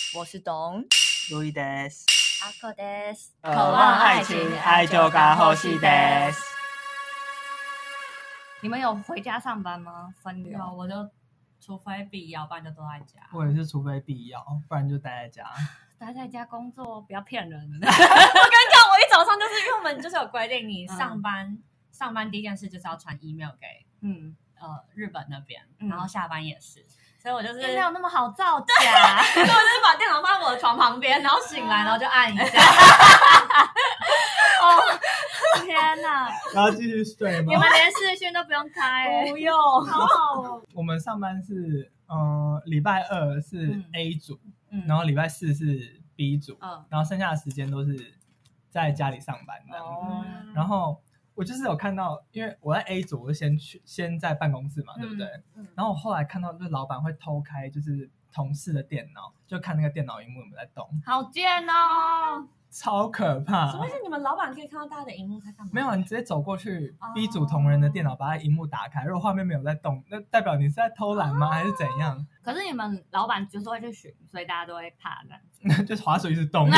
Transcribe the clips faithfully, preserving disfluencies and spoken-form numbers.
我是董路易德斯， 阿克德斯， 渴望爱情，爱就该呼吸德斯。 你们有回家上班吗？分流？ 有，我就除非必要，不然就都在家。 我也是，除非必要，不然就待在家。 待在家工作，不要骗人。我跟你讲，我一早上就是因为我们就是有规定，你上班、嗯、上班第一件事就是要传 email 给嗯呃日本那边、嗯，然后下班也是。所以我就是没有那么好造假，所以我就是把电脑放在我的床旁边，然后醒来，然后就按一下。哦，天哪！ 然后继续睡吗？ 你们连视讯都不用开、欸？ 不用， 好好哦。 我们上班是，呃，礼拜二是 A 组，嗯、然后礼拜四是 B 组，嗯、然后剩下的时间都是在家里上班的。哦、嗯。然后我就是有看到，因为我在 A 组，我就先去，先在办公室嘛，对不对？嗯嗯、然后我后来看到，就是老板会偷开，就是同事的电脑，就看那个电脑萤幕有没有在动。 好贱哦！ 超可怕！ 什么意思？你们老板可以看到大家的萤幕在干嘛？ 没有，你直接走过去 B 组同仁的电脑，把他萤幕打开。如果画面没有在动，那代表你是在偷懒吗？还是怎样？ 可是你们老板就是会去巡，所以大家都会怕的。 就是滑水一直动。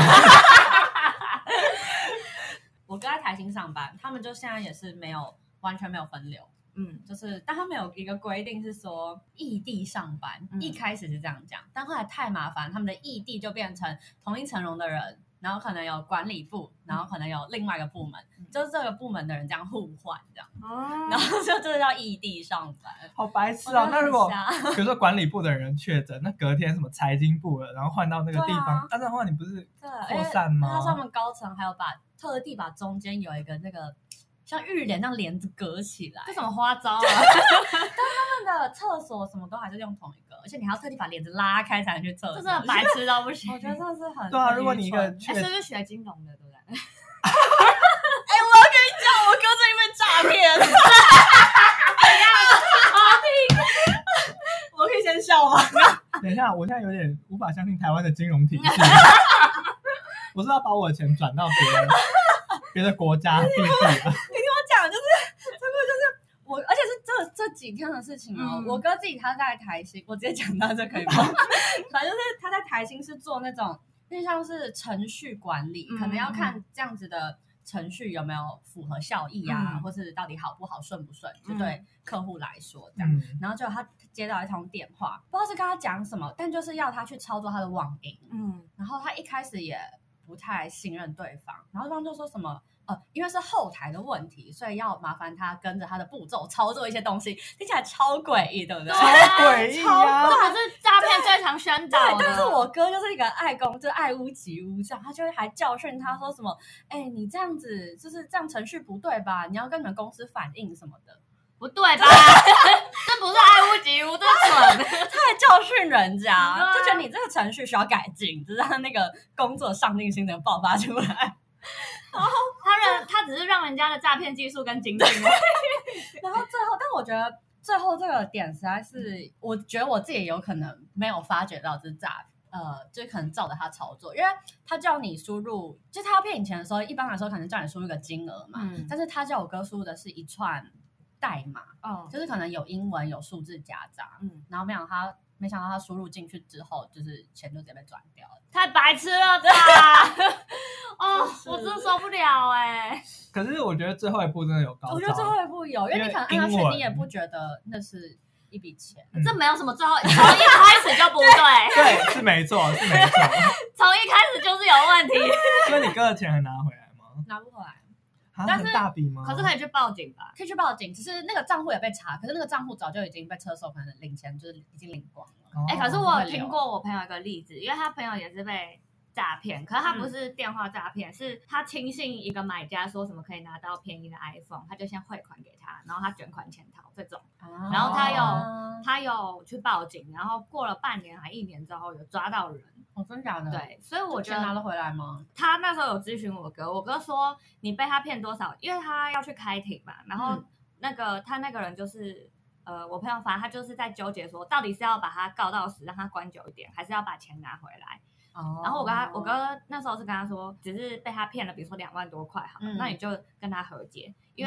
我哥在台新上班，他们就现在也是没有完全没有分流。嗯，就是但他们有一个规定是说异地上班、嗯，一开始是这样讲，但后来太麻烦，他们的异地就变成同一层楼的人，然后可能有管理部，然后可能有另外一个部门，嗯、就是这个部门的人这样互换这样，哦、然后就这叫异地上班， 好白痴哦。那如果比如说管理部的人确诊，那隔天什么财经部的，然后换到那个地方，但是、啊、的话你不是扩散吗？ 他说他们高层还有把特地把中间有一个那个。像浴帘那样帘子隔起来， 这什么花招啊？ 但他们的厕所什么都还是用同一个，而且你还要特地把帘子拉开才能去厕所， 这真的白痴到不行。 我觉得这是很对啊，如果你一个、欸、 是不是学金融的，对不对？ 哎、欸，我要跟你讲，我哥最近被诈骗了。怎样？我可以先笑吗？ 等一下，我现在有点无法相信台湾的金融体系。我是要把我的钱转到别人。别的国家地地、啊、 你听我讲，就是这个就是我，而且是这这几天的事情哦。嗯、我哥自己他在台新，我直接讲到这可以吗？反正就是他在台新是做那种，就像是程序管理，嗯、可能要看这样子的程序有没有符合效益啊，嗯、或是到底好不好、顺不顺，就对客户来说这样。嗯、然后就他接到一通电话，不知道是跟他讲什么，但就是要他去操作他的网银。嗯，然后他一开始也不太信任对方，然后对方就说什么呃，因为是后台的问题，所以要麻烦他跟着他的步骤操作一些东西，听起来超诡异，对不对？ 超诡异啊！ 这不是诈骗最常宣导的。 但是我哥就是一个爱公，就是爱屋及乌这样，他就会还教训他说什么，哎，你这样子就是这样程序不对吧？你要跟你们公司反映什么的。 不对吧？这不是爱屋及乌，这是蠢。 他还教训人家，就觉得你这个程序需要改进，就是他那个工作上进心能爆发出来。 然后他人他只是让人家的诈骗技术更精进。 然后最后，但我觉得最后这个点实在是，我觉得我自己有可能没有发觉到这是诈骗。呃，就可能照着他操作，因为他叫你输入，就他要骗你钱的时候，一般来说可能叫你输入一个金额嘛，嗯、但是他叫我哥输入的是一串代码，哦，就是可能有英文有数字夹杂，嗯，然后没想到他没想到他输入进去之后，就是钱就直接被转掉了， 太白痴了吧！哦，我真受不了哎、欸。 可是我觉得最后一步真的有高招， 我觉得最后一步有，因为你可能按下去，你也不觉得那是一笔钱， 嗯、这没有什么最后，从一开始就不对， 对，是没错，是没错， 从一开始就是有问题。 所以你哥的钱还拿回来吗？ 拿不回来。 但是很大笔吗？ 可是可以去报警吧？ 可以去报警，只是那个账户也被查，可是那个账户早就已经被车手可能领钱，就是已经领光了。 哎、哦欸，可是我有听过我朋友一个例子，因为他朋友也是被诈骗，可是他不是电话诈骗、嗯，是他轻信一个买家说什么可以拿到便宜的 iPhone， 他就先汇款给他，然后他卷款潜逃这种，哦、然后他有他有去报警，然后过了半年还一年之后有抓到人。 哦，真假的？ 对，所以我觉得拿得回来吗？ 他那时候有咨询我哥，我哥说你被他骗多少？因为他要去开庭嘛，然后那个、嗯、他那个人就是呃，我朋友反正他就是在纠结说，到底是要把他告到死，让他关久一点，还是要把钱拿回来？哦、然后我跟他，我哥那时候是跟他说，只是被他骗了，比如说两万多块好了、嗯，那你就跟他和解，因为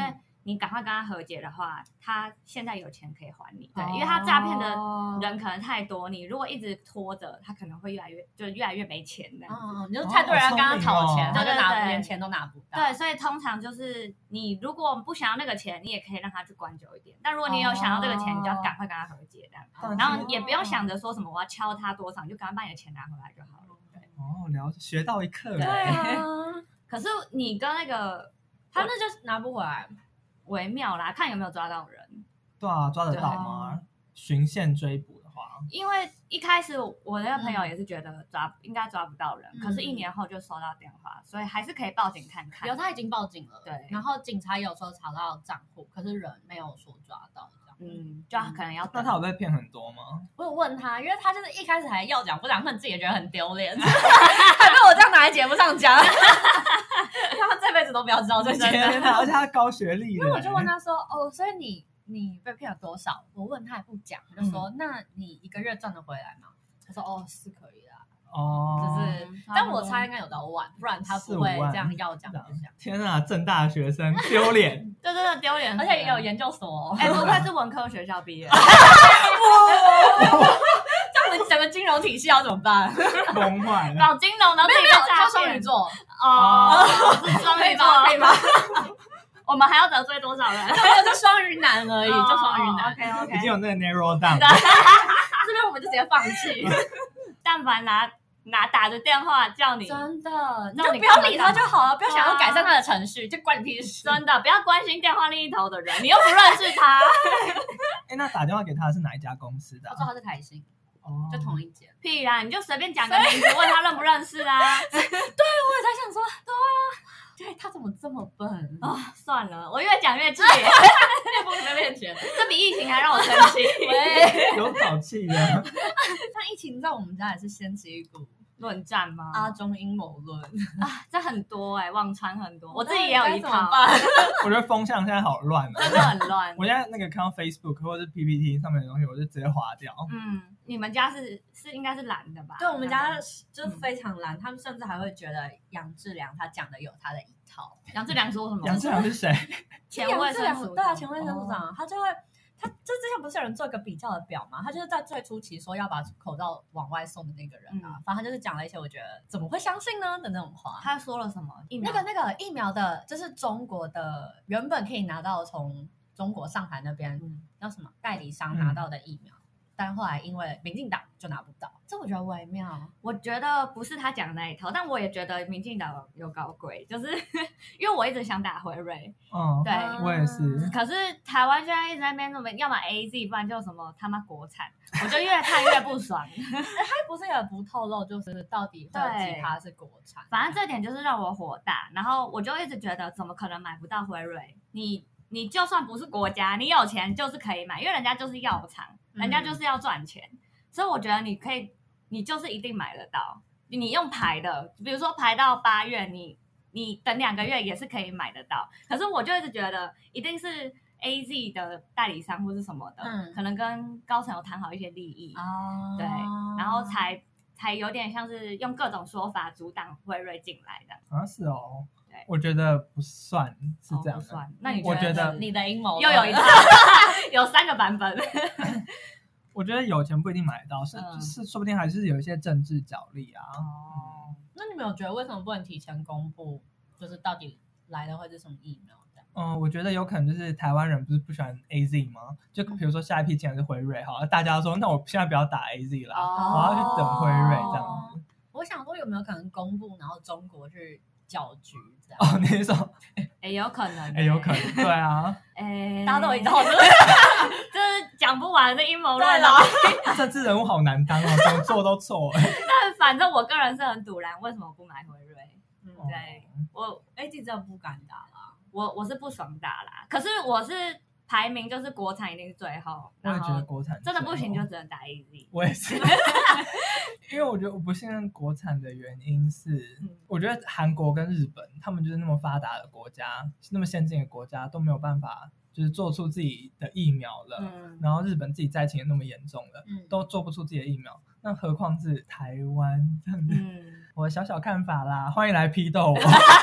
你赶快跟他和解的话，他现在有钱可以还你。对，因为他诈骗的人可能太多，你如果一直拖着，他可能会越来越就越来越没钱的。 哦，你就太多人要跟他讨钱，他就拿连钱都拿不到。 对，所以通常就是你如果不想要那个钱，你也可以让他去关久一点。但如果你有想要这个钱，你就要赶快跟他和解这样。然后也不用想着说什么我要敲他多少，你就赶快把你的钱拿回来就好了。对。 哦，了解，学到一课。 对啊。 可是你跟那个他那就拿不回来。 微妙啦，看有没有抓到人。 对啊，抓得到吗？循线追捕的话， 因为一开始我那个朋友也是觉得抓、嗯、应该抓不到人、嗯，可是一年后就收到电话，所以还是可以报警看看。 有，他已经报警了， 对。 然后警察有时候查到账户，可是人没有说抓到这样。 嗯，就可能要等。 那他有被骗很多吗？ 我有问他，因为他就是一开始还要讲不讲，他自己也觉得很丢脸，还被我这样拿在节目上讲。他这辈子都不要知道这些， 而且他高学历。 因为我就问他说：“哦，所以你你被骗了多少？”我问他也不讲，我就说、嗯：“那你一个月赚得回来吗？”他说：“哦，是可以啦。”哦，就是，但我猜应该有到万，不然他不会这样要讲不讲。 天啊，政大学生丢脸， 这真的丢脸， 而且也有研究所， 哎、欸，不愧是文科学校毕业。 这样整个金融体系要怎么办？ 崩坏了。 搞金融的没有没有，他双鱼座哦，是双鱼座可以吗？我们还要得罪多少人？ 我就双鱼男而已，就双鱼男。 OK OK， 已经有那个 narrow down。 这边我们就直接放弃。 但凡拿拿打着电话叫你， 真的，你就不要理他就好了，不要想要改善他的程序，就关你屁事。 真的，不要关心电话另一头的人，你又不认识他。 哎，那打电话给他是哪一家公司的？ 他说他是凯星。哦，就同一间。 屁啦，你就随便讲个名字，问他认不认识啊？ 对，我也在想说，对啊，对他怎么这么笨啊、 哦？算了，我越讲越气， 越不被骗钱， 这比疫情还让我生气。 有好气的。 但疫情在我们家也是掀起一股论战吗？ 阿中阴谋论啊，这很多哎、欸，网传很多，我自己也有一套。 我觉得风向现在好乱、哦， 真的很乱。 我现在那个看到 Facebook 或者是 P P T 上面的东西，我就直接划掉。 嗯，你们家是是应该是蓝的吧？ 对，我们家就非常蓝、嗯，他们甚至还会觉得杨志良他讲的有他的一套。 杨志良说什么？ 杨志良是谁？ 前卫生署， 对啊，前卫生署长，他就会。他就之前不是有人做一个比较的表嘛？他就是在最初期说要把口罩往外送的那个人啊，嗯、反正他就是讲了一些我觉得怎么会相信呢的那种话。 他说了什么？疫苗那个那个疫苗的，就是中国的原本可以拿到从中国上海那边、嗯、叫什么代理商拿到的疫苗、嗯，但后来因为民进党就拿不到，这我觉得微妙。 我觉得不是他讲的那一套，但我也觉得民进党有搞鬼，就是因为我一直想打辉瑞， 嗯， 对， 我也是。 可是台湾现在一直在那边那么，要么 A Z， 不然就什么他妈国产，我就越看越不爽。 他不是也不透露，就是到底会有几趴是国产？ 反正这点就是让我火大，然后我就一直觉得，怎么可能买不到辉瑞？你你就算不是国家，你有钱就是可以买，因为人家就是药厂。人家就是要赚钱、嗯，所以我觉得你可以，你就是一定买得到。你用排的，比如说排到八月，你你等两个月也是可以买得到。可是我就一直觉得，一定是 A Z 的代理商或是什么的，嗯、可能跟高层有谈好一些利益，哦、对，然后才才有点像是用各种说法阻挡辉瑞进来的。 啊，是哦。我觉得不算是这样的，哦、不算。那你觉得你的阴谋又有一套，有三个版本。 我觉得有钱不一定买得到，是、嗯、是，说不定还是有一些政治角力啊。 哦、嗯，那你们有觉得为什么不能提前公布，就是到底来的会是什么疫苗？ 嗯，我觉得有可能就是台湾人不是不喜欢 A Z 吗？就比如说下一批进来是辉瑞，好，大家说那我现在不要打 A Z 啦、哦，我要去等辉瑞这样子。 我想说有没有可能公布，然后中国去搅局这样？ 哦，你是说？ 哎、欸，有可能、欸， 哎、欸，有可能，对啊， 哎、欸， 大家都已知道，就是就是讲不完的阴谋论了。 政治人物好难当哦，怎么做都错。 但反正我个人是很赌烂，为什么不买辉瑞？嗯，对我 A Z 真的不敢打啦， 我我是不爽打啦，可是我是排名就是国产一定是最后， 我也觉得国产真的不行就只能打 A Z。 我也是。因为我觉得我不信任国产的原因是、嗯、我觉得韩国跟日本他们就是那么发达的国家，那么先进的国家都没有办法就是做出自己的疫苗了、嗯、然后日本自己灾情也那么严重了、嗯、都做不出自己的疫苗，那何况是台湾这样子、嗯、我的小小看法啦，欢迎来批斗我。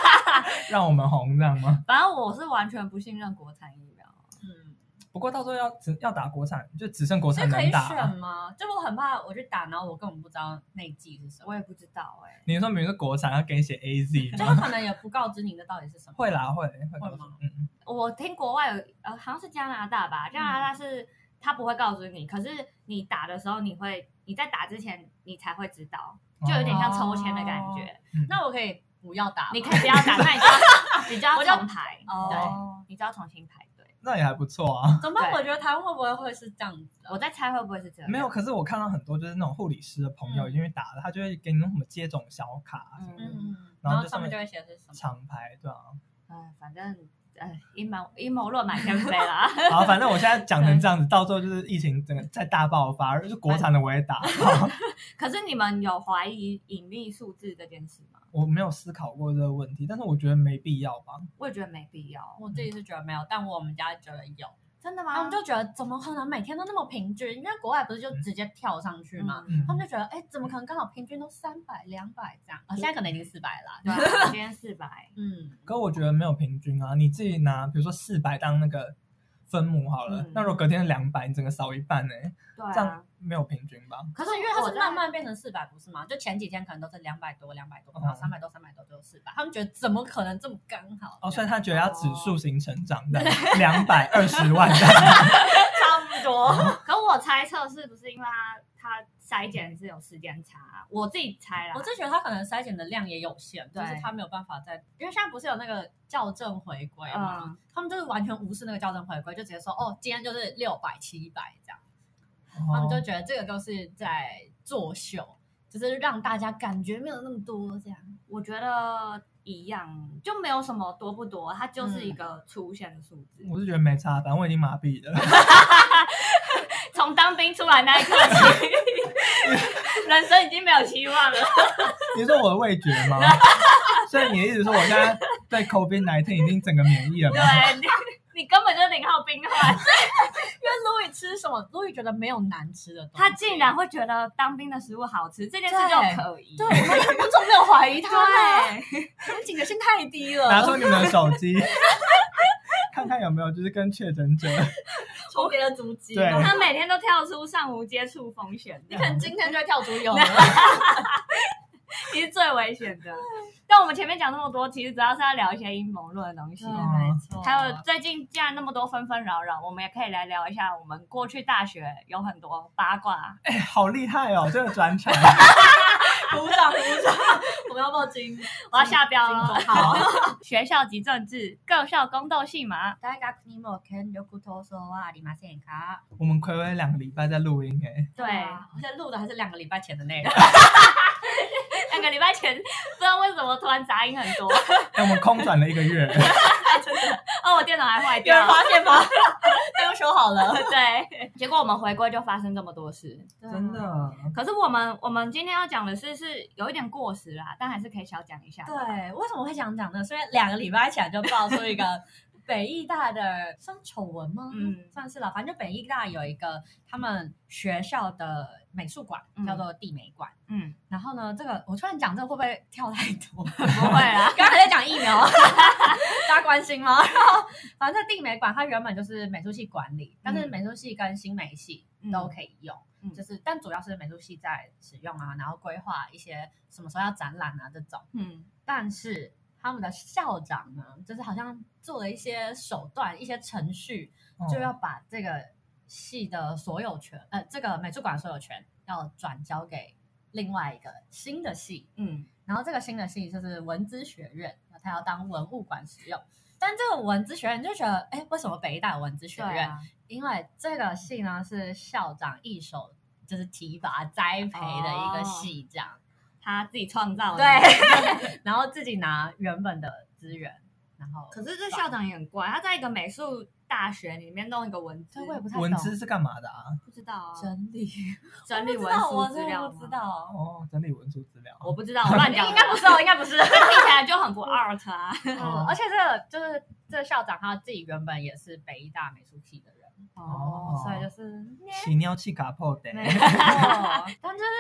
让我们红这样吗？ 反正我是完全不信任国产疫苗。 嗯， 不过到时候要只要打国产，就只剩国产能打。 可以选吗？就我很怕我去打，然后我根本不知道内剂是什么。 我也不知道哎、欸。 你说明明是国产，要给你写 A Z， 就他可能也不告知你的到底是什么。 会啦，会会会吗？ 嗯， 我听国外有呃，好像是加拿大吧，加拿大是。嗯他不会告诉你，可是你打的时候，你会你在打之前你才会知道，就有点像抽签的感觉。 哦嗯、那我可以不要打， 你可以不要打，那你就要你就要重排， 哦、 对，你就要重新排队。 那也还不错啊。 怎么办？我觉得台湾会不会会是这样子、啊？ 我在猜会不会是这样。 没有，可是我看到很多就是那种护理师的朋友已经去打了，嗯、他就会给你那种什么接种小卡什么的，嗯、 然后上面就会写是什么厂牌，对啊。 嗯，反正。呃，阴谋阴谋论满天飞啦。 好，反正我现在讲成这样子，到时候就是疫情整个再大爆发，就是国产的我也打。 可是你们有怀疑隐匿数字这件事吗？ 我没有思考过这个问题，但是我觉得没必要吧。 我也觉得没必要， 我自己是觉得没有，但我们家觉得有。 真的吗？ 他们就觉得怎么可能每天都那么平均？因为国外不是就直接跳上去嘛， 嗯、 他们就觉得哎，怎么可能刚好平均都三百、两百这样？啊、哦，现在可能已经四百了， 对吧？今天四百， 嗯。 可我觉得没有平均啊，你自己拿比如说四百当那个分母好了，嗯、那如果隔天两百，你整个少一半呢、欸？ 对、啊， 这样没有平均吧？ 可是因为它是慢慢变成四百，不是吗？就前几天可能都是两百多、两百多，然后三百多、三百多，最后四百。他们觉得怎么可能这么刚好？ 哦，所以他觉得要指数型成长的，两百二十万这样。 差不多。 可我猜测是不是因为他他筛检是有时间差？我自己猜啦。 我自己觉得他可能筛检的量也有限， 对就是他没有办法在，因为现在不是有那个校正回归嘛、嗯，他们就是完全无视那个校正回归，就直接说哦，今天就是六百、七百这样。他们就觉得这个就是在作秀，就是让大家感觉没有那么多这样。 我觉得一样，就没有什么多不多，它就是一个出现的数字。 嗯、我是觉得没差，反正我已经麻痹了。 从当兵出来那一刻起，人生已经没有希望了。 你说我的味觉吗？所以你的意思说我现在对 COVID 十九 已经整个免疫了吗？ 对，你你根本就是零号病患。 因为 Louis 吃什么 ，Louis 觉得没有难吃的东西， 他竟然会觉得当兵的食物好吃，这件事就可疑。 对，我们总没有怀疑他， 对， 他们警觉性太低了。 拿出你们的手机，看看有没有就是跟确诊者重叠的足迹。 对， 他每天都跳出上无接触风险， 你可能今天就会跳出有了。 其实最危险的。但我们前面讲那么多，其实主要是要聊一些阴谋论的东西， 没错。 还有最近既然那么多纷纷扰扰，我们也可以来聊一下我们过去大学有很多八卦。 哎、欸，好厉害哦，这个专场！ 鼓掌鼓掌！我们要报金， 我要下标了。 好， 学校及政治，各校宫斗戏码。 大家你们可以有骨头说话，你马上卡。 我们睽违两个礼拜在录音哎、欸， 对， 而且录的还是两个礼拜前的内容。 两个礼拜前，不知道为什么突然杂音很多。 哎、欸，我们空转了一个月， 真的。哦，我电脑还坏掉， 有人发现吗？刚修好了。 对，结果我们回归就发生这么多事， 真的。 可是我们我们今天要讲的是是有一点过时啦，但还是可以小讲一下。 对，为什么会想讲呢？所以两个礼拜前就爆出一个北艺大的算丑闻吗？嗯，算是了。反正就北艺大有一个他们学校的美术馆、嗯、叫做地美馆。嗯，然后呢，这个我突然讲这个会不会跳太多？ 不会啊， 刚刚还在讲疫苗，大家关心吗？然后反正地美馆它原本就是美术系管理，但是美术系跟新美系都可以用，嗯、就是但主要是美术系在使用啊，然后规划一些什么时候要展览啊这种。嗯，但是他们的校长呢，就是好像做了一些手段、一些程序，就要把这个系的所有权，呃，这个美术馆所有权要转交给另外一个新的系。嗯，然后这个新的系就是文资学院，他要当文物馆使用。但这个文资学院就觉得，哎，为什么北艺大有文资学院？啊、因为这个系呢是校长一手就是提拔栽培的一个系，这样。哦， 他自己创造的， 对，然后自己拿原本的资源，然后可是这校长也很怪，他在一个美术大学里面弄一个文资， 我也不太懂文资是干嘛的啊？ 不知道啊， 整理整理文书资料， 我不知道哦，整理文书资料， 我不知道，我乱讲， 应该不是哦，应该不是， 听起来就很不 art 啊。 嗯，而且这个就是这个校长他自己原本也是北艺大美术系的人。哦，所以就是起尿气卡破的， 没错，但就是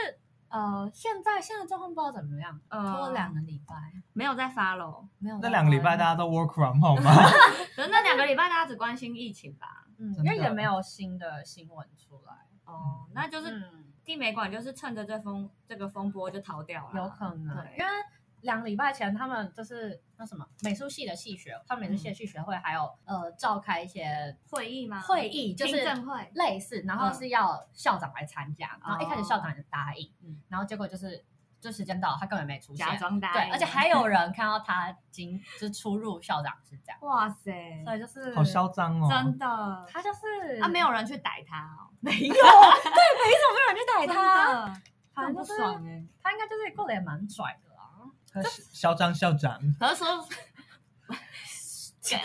呃，现在现在状况不知道怎么样，拖了两个礼拜， 没有在 follow， 没有。 那两个礼拜大家都 work from home 吗？ 可是那两个礼拜大家只关心疫情吧， 嗯，因为也没有新的新闻出来。 哦，那就是地美馆就是趁着这风这个风波就逃掉了， 有可能，对，因为两礼拜前他们就是那什么美术系的系学，他们美术系的系学会还有、嗯、呃召开一些会议吗？ 会议就是类似，然后是要校长来参加，嗯、然后一开始校长也答应，嗯、然后结果就是就时间到了，他根本没出现， 假装答应， 对，而且还有人看到他经就是出入校长室这样， 哇塞， 所以就是好嚣张哦， 真的， 他就是啊没有人去逮他哦， 没有，对，没怎么没有人去逮他， 反正不爽哎、欸， 他应该就是过得也蛮拽的。 他嚣张校长， 可是说，我们两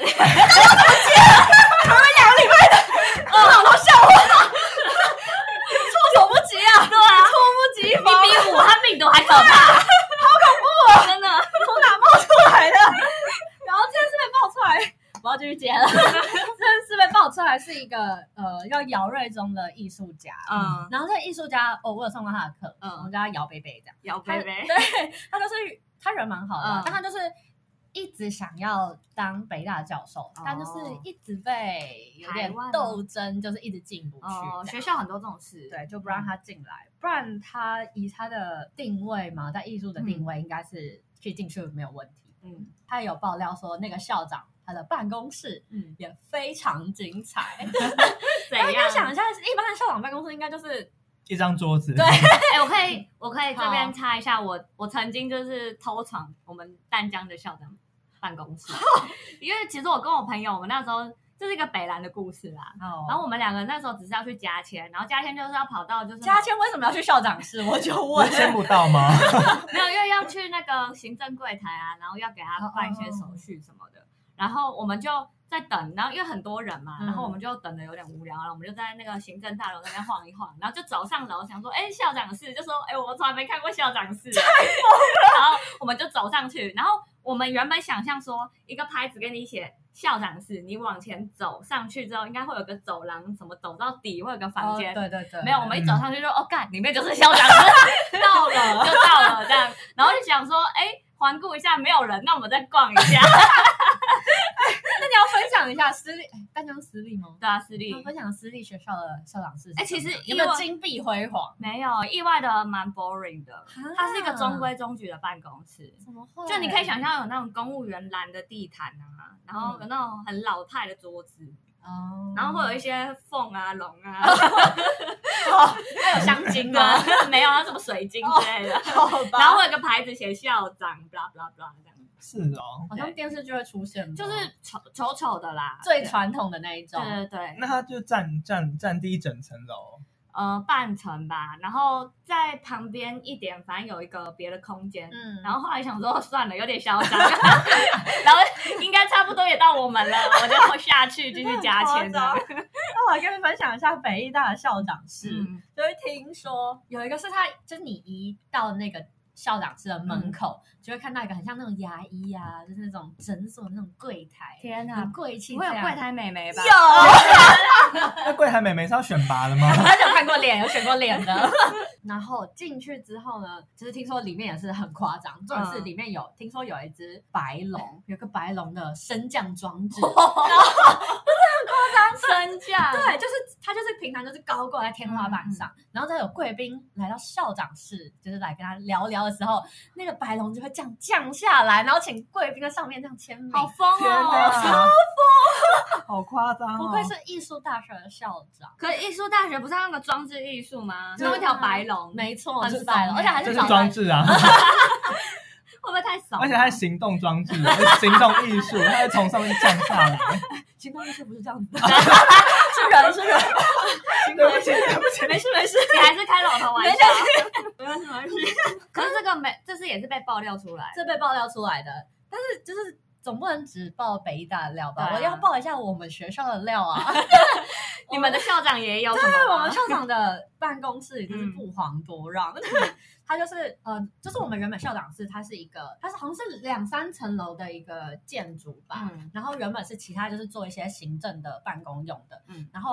个礼拜的，哦，好多笑话，措手不及啊！ 对啊， 猝不及防， 你比武汉病毒还可怕， 好恐怖啊！ 真的， 从哪冒出来的？然后这件事被爆出来，我要继续接了。这件事被爆出来是一个呃，叫姚瑞中的艺术家，嗯，然后这个艺术家，哦，我有上过他的课，嗯，我们叫他姚贝贝这样， 姚贝贝， 对，他就是。他人蛮好的、啊嗯，但他就是一直想要当北大教授，哦、但就是一直被有点斗争，就是一直进不去、 哦。学校很多这种事， 对，就不让他进来，嗯、不然他以他的定位嘛，在艺术的定位应该是去进去没有问题。嗯，他有爆料说那个校长他的办公室嗯也非常精彩。 怎样？ 大家想一下，一般的校长办公室应该就是。 一张桌子， 对， 哎、欸，我可以，我可以这边插一下，我我曾经就是偷闯我们淡江的校长办公室，因为其实我跟我朋友，我们那时候这是一个北兰的故事啦，哦、然后我们两个那时候只是要去加签，然后加签就是要跑到就是加签为什么要去校长室？我就问， 签不到吗？ 没有，因为要去那个行政柜台啊，然后要给他办一些手续什么的，哦、然后我们就。在等，然后因为很多人嘛，然后我们就等的有点无聊，然后我们就在那个行政大楼那边晃一晃，然后就走上楼，想说，哎，校长室，就说，哎，我从来没看过校长室，太疯了。然后我们就走上去，然后我们原本想象说，一个牌子给你写校长室，你往前走上去之后，应该会有个走廊，什么走到底会有个房间， 哦、对对对， 没有，我们一走上去就，嗯、哦，干，里面就是校长室，到了就到了这样，然后就想说，哎，环顾一下没有人，那我们再逛一下。 那你要分享一下私立，哎，淡江私立吗？ 对啊，私立。 分享私立学校的校长室。 哎，其实有没有金碧辉煌？ 没有，意外的蛮 boring 的。它是一个中规中矩的办公室。 怎么会？ 就你可以想象有那种公务员蓝的地毯啊，然后有那种很老派的桌子。哦。然后会有一些凤啊、龙啊。 哦，还有香精吗？ 没有，那什么水晶之类的。 好吧。 然后会有个牌子写校长 ，blah blah blah 这样。 是哦， 好像电视就会出现， 就是丑丑丑的啦， 最传统的那一种。 对对对， 那它就占占占第一整层楼， 呃，半层吧。然后在旁边一点，反正有一个别的空间。嗯，然后后来想说算了，有点嚣张，然后应该差不多也到我们了，我就下去继续加钱的。 那我来跟你分享一下北艺大的校长室，嗯、就是听说有一个是他，就是你一到那个。校长室的门口、嗯、就会看到一个很像那种牙医啊，就是那种诊所那种柜台。 天哪， 很贵气！ 会有柜台美眉吧？ 有。 那柜台美眉是要选拔的吗？ 他有看过脸，有选过脸的。然后进去之后呢，就是听说里面也是很夸张，重点是里面有、嗯、听说有一只白龙，有个白龙的升降装置，然后就是很夸张， 升降。 对，就是它就是平常就是高挂在天花板上，嗯、然后再有贵宾来到校长室，就是来跟他聊聊的时候，那个白龙就会这样降下来，然后请贵宾在上面这样签名。 好疯哦， 超疯， 好夸张哦！ 不愧是艺术大学的校长。 可是艺术大学不是那个装置艺术吗？就一条白龙， 没错，很白龙，而且还是这是装置啊。 会不会太少？ 而且它是行动装置，行动艺术，它会从上面降下来。 行动艺术不是这样子的，是人是人。 对不起，对不起， 没事没事， 你还是开老头玩笑，没关系没事。可是这个没，这是也是被爆料出来， 这被爆料出来的，但是就是总不能只爆北艺大的料吧？啊、我要爆一下我们学校的料啊！ 你们的校长也有什么？ 对，我们校长的办公室也就是不遑多让。嗯它就是呃，就是我们原本校长室，它是一个，它是好像是两三层楼的一个建筑吧。嗯。然后原本是其他就是做一些行政的办公用的。嗯。然后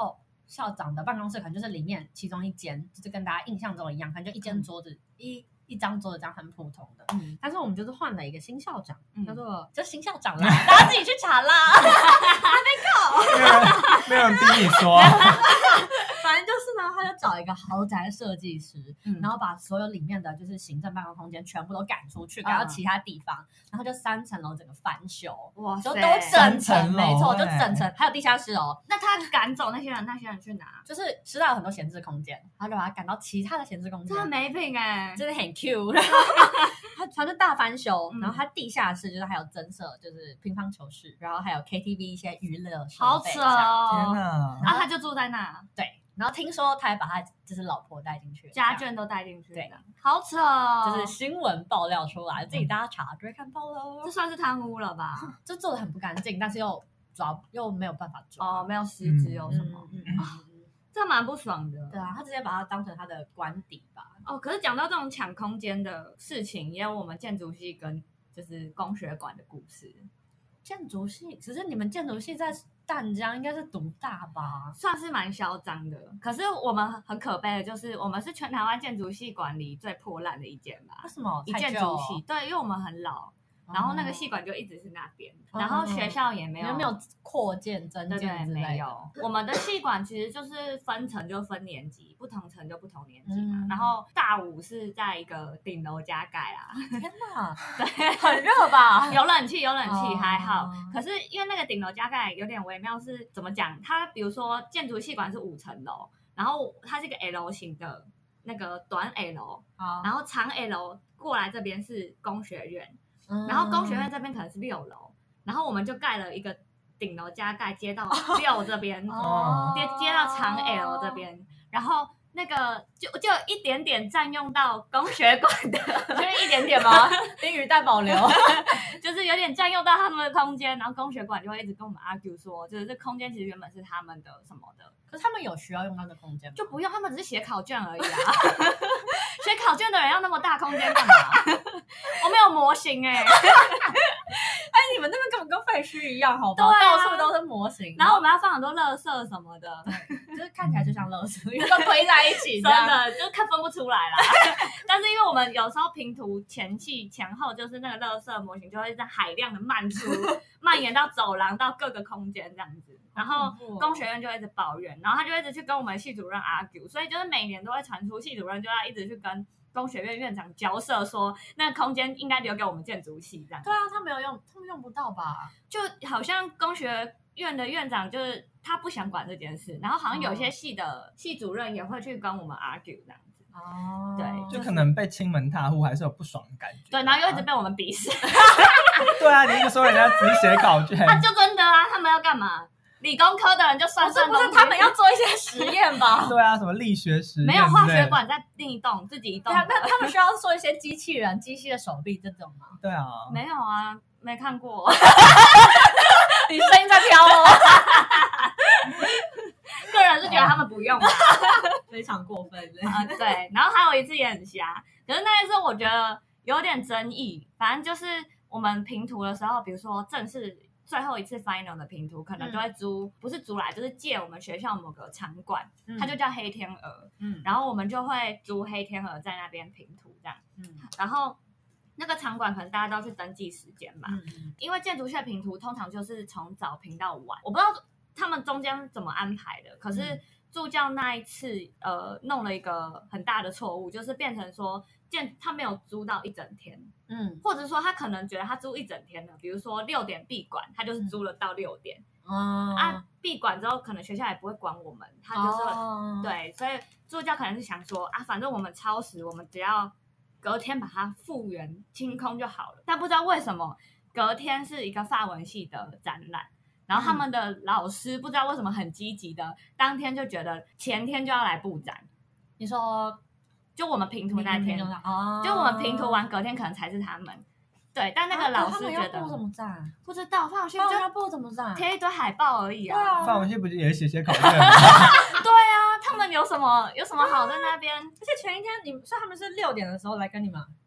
校长的办公室可能就是里面其中一间，就是跟大家印象中一样，可能就一间桌子、嗯、一一张桌子这样很普通的。嗯，但是我们就是换了一个新校长，嗯、叫做就新校长啦，大家自己去查啦，还没考， 没有人没有人逼你说。 反正就是呢，他就找一个豪宅设计师、嗯，然后把所有里面的就是行政办公空间全部都赶出去，赶到其他地方，嗯、然后就三层楼整个翻修，哇，就都整层，没错，就整层，还有地下室哦。 那他赶走那些人，那些人去哪？ 就是师大有很多闲置空间，然后就把他赶到其他的闲置空间。 这没品哎、欸， 真的很 Q。他他就大翻修，然后他地下室就是还有增设，就是乒乓球室，然后还有 K T V 一些娱乐设备。 好扯哦！ 天哪！ 然后他就住在那， 对。然后听说他还把他就是老婆带进去， 家眷都带进去， 对， 好扯哦！ 就是新闻爆料出来，自己大家查就会看到喽。 这算是贪污了吧？ 就做的很不干净，但是又抓又没有办法抓哦，没有实质有什么，嗯嗯嗯嗯、这蛮不爽的。 对啊，他直接把它当成他的官邸吧。 哦，可是讲到这种抢空间的事情，也有我们建筑系跟就是工学馆的故事。 建筑系，只是你们建筑系在淡江应该是独大吧， 算是蛮嚣张的。可是我们很可悲的就是，我们是全台湾建筑系馆里最破烂的一间吧？ 为什么？ 一建筑系，对，因为我们很老。然后那个系馆就一直是那边，哦、然后学校也没有没有扩建增建之类的。 没有，我们的系馆其实就是分层就分年级，不同层就不同年级嘛。嗯、然后大五是在一个顶楼加盖啦。 天哪， 对， 很热吧？ 有冷气，有冷气、哦、还好。可是因为那个顶楼加盖有点微妙，是怎么讲？它比如说建筑系馆是五层楼，然后它是一个 L 型的那个短 L，、哦、然后长 L 过来这边是工学院。然后工学院这边可能是六楼，然后我们就盖了一个顶楼加盖接到六这边，哦、接接到长 L 这边，然后那个就就有一点点占用到工学馆的， 就是一点点吗？冰雨待保留， 就是有点占用到他们的空间，然后工学馆就会一直跟我们 argue 说，就是这空间其实原本是他们的什么的， 可是他们有需要用到的空间吗？ 就不用，他们只是写考卷而已啊。写考卷的人要那么大空间干嘛？我没有模型哎、欸。 哎，你们那边根本跟废墟一样，好吧？对、啊，到处都是模型， 然后我们要放很多垃圾什么的， 就是看起来就像垃圾，因为都堆在一起， 真的就看分不出来啦。但是因为我们有时候平图前期前后，就是那个垃圾模型就会在海量的漫出，蔓延到走廊到各个空间这样子。然后工学院就一直抱怨，然后他就一直去跟我们系主任 argue， 所以就是每年都会传出系主任就要一直去跟工学院院长交涉说，那个空间应该留给我们建筑系这样。 对啊，他没有用，他们用不到吧？ 就好像工学院的院长就是他不想管这件事，然后好像有些系的系主任也会去跟我们 argue 这样子。哦，对， 就可能被亲门踏户，还是有不爽的感觉。 对，然后又一直被我们鄙视。 对啊，你一直说人家只是写考卷， 那、啊、就真的啊，他们要干嘛？理工科的人就算算， 不是他们要做一些实验吧？ 对啊，什么力学实验， 没有化学馆在另一栋，自己一栋。 那他们需要做一些机器人、机器的手臂这种吗？ 对啊， 没有啊，没看过。 你声音在飘哦。 个人是觉得他们不用吧， 非常过分啊、呃。对，然后还有一次也很瞎，可是那一次我觉得有点争议。反正就是我们评图的时候，比如说正式。最后一次 final 的评图可能就会租、嗯、不是租来就是借我们学校某个场馆、嗯、它就叫黑天鹅、嗯、然后我们就会租黑天鹅在那边评图这样、嗯、然后那个场馆可能大家都要去登记时间嘛、嗯、因为建筑系的评图通常就是从早评到晚，我不知道他们中间怎么安排的，可是助教那一次呃弄了一个很大的错误，就是变成说建他没有租到一整天，嗯，或者说他可能觉得他租一整天了，比如说六点闭馆，他就是租了到六点，嗯啊，闭馆之后可能学校也不会管我们，他就是、哦、对，所以助教可能是想说啊，反正我们超时，我们只要隔天把它复原清空就好了。但不知道为什么隔天是一个法文系的展览。然后他们的老师不知道为什么很积极的，当天就觉得前天就要来布展。 你说， 就我们评图那天，哦、就我们评图完隔天可能才是他们。对，但那个老师觉得、啊、 他们要布怎么展？ 不知道，法文系就要布怎么展？ 贴一堆海报而已啊。 对啊， 法文系不是也写写考卷吗？ 对啊，他们有什么有什么好在那边？ 而且前一天你，所以他们是六点的时候来跟你们。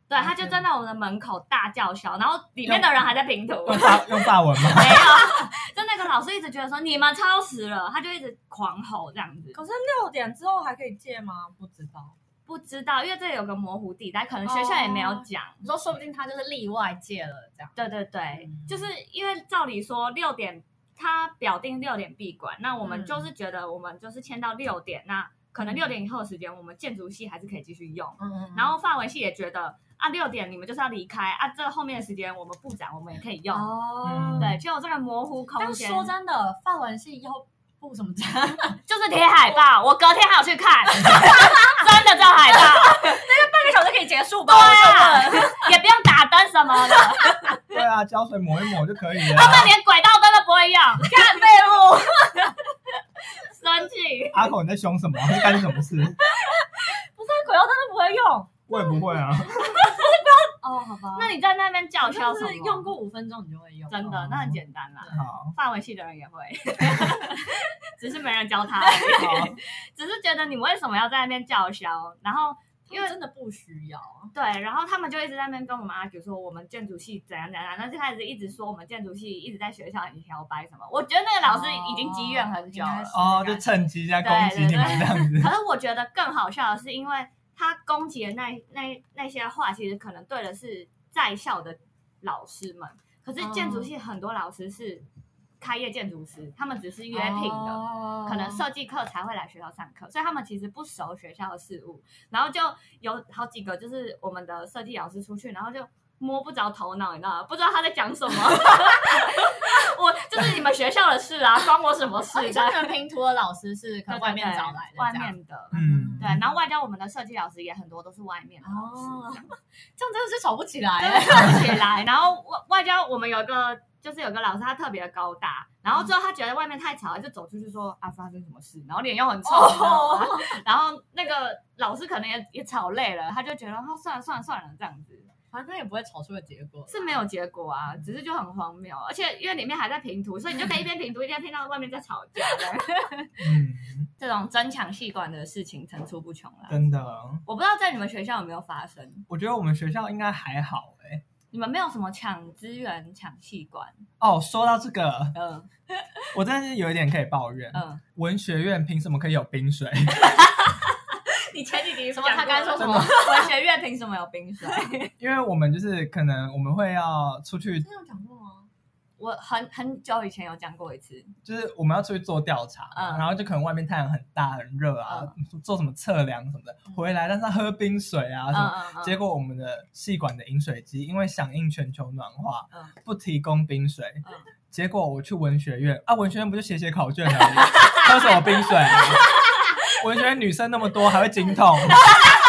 对，他就站在我们的门口大叫嚣，然后里面的人还在拼图， 用法用法文吗？ 没有，就那个老师一直觉得说你们超时了，他就一直狂吼这样子。 可是六点之后还可以借吗？不知道。 不知道，因为这里有个模糊地带，可能学校也没有讲。 你、哦、说，说不定他就是例外借了这样。 对对对，嗯、就是因为照理说六点，他表定六点闭馆，那我们就是觉得我们就是签到六点，嗯、那可能六点以后的时间，我们建筑系还是可以继续用。嗯嗯。然后法文系也觉得啊，六点你们就是要离开啊，这后面的时间我们部长我们也可以用。哦。对，就有这个模糊空间。 但说真的，法文系以后。不怎么讲， 就是贴海报，我隔天还有去看，真的叫海报， 那个半个小时可以结束吧？ 对啊，也不用打灯什么的。 对啊，胶水抹一抹就可以了。 他们连轨道灯都不会用，看废物，生气。 阿口你在凶什么？你干什么事？ 不是轨道灯都不会用， 我也不会啊。 哦，好吧， 那你在那边叫嚣什么？ 用过五分钟你就会用， 真的，哦、那很简单啦。 好， 法文系的人也会，只是没人教他而已。只是觉得你为什么要在那边叫嚣？然后因为真的不需要。 对，然后他们就一直在那边跟我们argue说我们建筑系怎样怎样，然后就开始一直说我们建筑系一直在学校很摇摆什么。我觉得那个老师已经积怨很久了， 哦，就趁机在攻击你们这样子。 可是我觉得更好笑的是，因为他攻击的那那那些话，其实可能对的是在校的老师们，可是建筑系很多老师是开业建筑师，他们只是约聘的，哦、可能设计课才会来学校上课，所以他们其实不熟学校的事务。然后就有好几个就是我们的设计老师出去，然后就摸不着头脑，你知道吗？不知道他在讲什么。我就是你们学校的事啊，关我什么事？ 你说你们拼图的老师是可能外面找来的， 外面的， 嗯， 对。然后外加我们的设计老师也很多都是外面的老师， 哦、这样真的是吵不起来， 真的吵不起来。然后外外加我们有一个就是有个老师，他特别的高大，然后之后他觉得外面太吵了，就走出去说啊发生什么事，然后脸又很臭，哦、然后那个老师可能也也吵累了，他就觉得啊算了算了算了这样子。 反正他也不会吵出个结果， 是没有结果啊，只是就很荒谬，而且因为里面还在评图，所以你就可以一边评图一边听到外面在吵架的。嗯，这种争抢系馆的事情层出不穷啦。 真的， 我不知道在你们学校有没有发生。 我觉得我们学校应该还好哎、欸。 你们没有什么抢资源、抢系馆哦？说到这个， 嗯， 我真的是有一点可以抱怨。嗯，文学院凭什么可以有冰水？ 你前几集什么？他刚才说什么？ 文学院凭什么有冰水？ 因为我们就是可能我们会要出去。 真的有讲过吗？ 我很很久以前有讲过一次， 就是我们要出去做调查，嗯、然后就可能外面太阳很大很热啊，嗯、做什么测量什么的，嗯、回来但是要喝冰水啊什么，嗯嗯嗯、结果我们的系馆的饮水机因为响应全球暖化，嗯、不提供冰水，嗯、结果我去文学院啊，文学院不就写写考卷而已，喝什么冰水啊？文学院女生那么多，还会经痛。对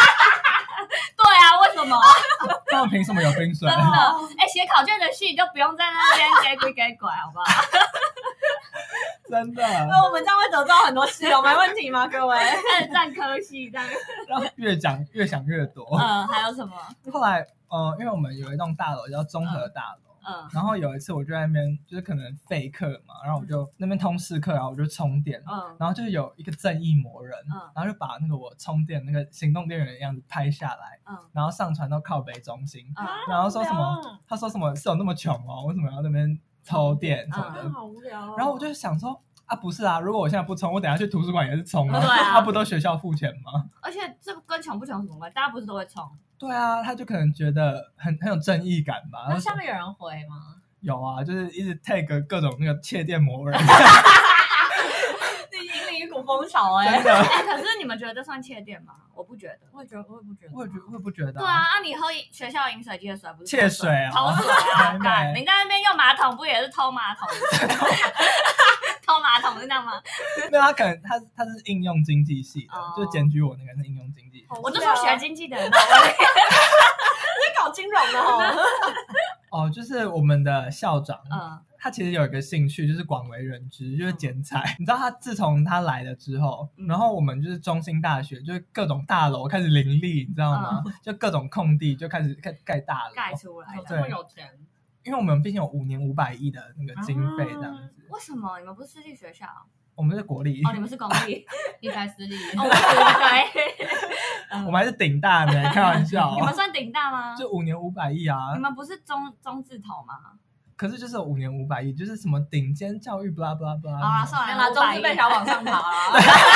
啊，为什么？ 他们凭什么有冰水？ 真的，哎、欸，写考卷的系就不用在那边给鬼给拐，好不好？ 真的。 那我们这样会得到很多系哦，没问题吗，各位？ 二战科系这样。 然后越讲越想越多。 嗯，还有什么？ 后来，呃，因为我们有一栋大楼叫综合大楼。嗯嗯，然后有一次我就在那边，就是可能废课嘛，然后我就那边通识课，然后我就充电，嗯，然后就有一个正义魔人，嗯，然后就把那个我充电那个行动电源的样子拍下来，嗯，然后上传到靠北中心，嗯，然后说什么，他说什么是有那么穷哦，为什么要那边抽电什么的， 嗯，好无聊哦。 然后我就想说。啊，不是啊！如果我现在不充，我等一下去图书馆也是充啊。 对啊， 他不都学校付钱吗？ 而且这个跟穷不穷什么关系？大家不是都会充？ 对啊，他就可能觉得很很有正义感吧。 那下面有人回吗？ 有啊，就是一直 tag 各种那个窃电魔人。 你引领一股风潮哎、 欸！真的哎、欸，可是你们觉得这算窃电吗？我不觉得， 我也觉得，我也不觉得， 我也觉会不觉得、啊？ 对啊，啊，你喝学校饮水机的水不是窃水啊？ 偷水啊！干，你在那边用马桶不也是偷马桶？偷马桶是这样吗？ 没有，他可能他他是应用经济系的， oh. 就检举我那个是应用经济系。 我就说学经济的人， 你是搞金融的哦。 哦，就是我们的校长，嗯，他其实有一个兴趣，就是广为人知，就是剪彩。嗯、你知道他自从他来了之后，嗯、然后我们就是中兴大学，就是各种大楼开始林立，你知道吗？嗯、就各种空地就开始盖盖大楼， 盖出来， 这么有钱。 因为我们毕竟有五年五百亿的那个经费这样子。 为什么你们不是私立学校？ 我们是国立。 哦，你们是公立， 一在私立。 哦，我对。 我们还是顶大呢，开玩笑。 你们算顶大吗？ 就五年五百亿啊。 你们不是中中字头吗？ 可是就是有五年五百亿，就是什么顶尖教育 blah blah blah。 好啦，算了， 中字辈想往上爬啦。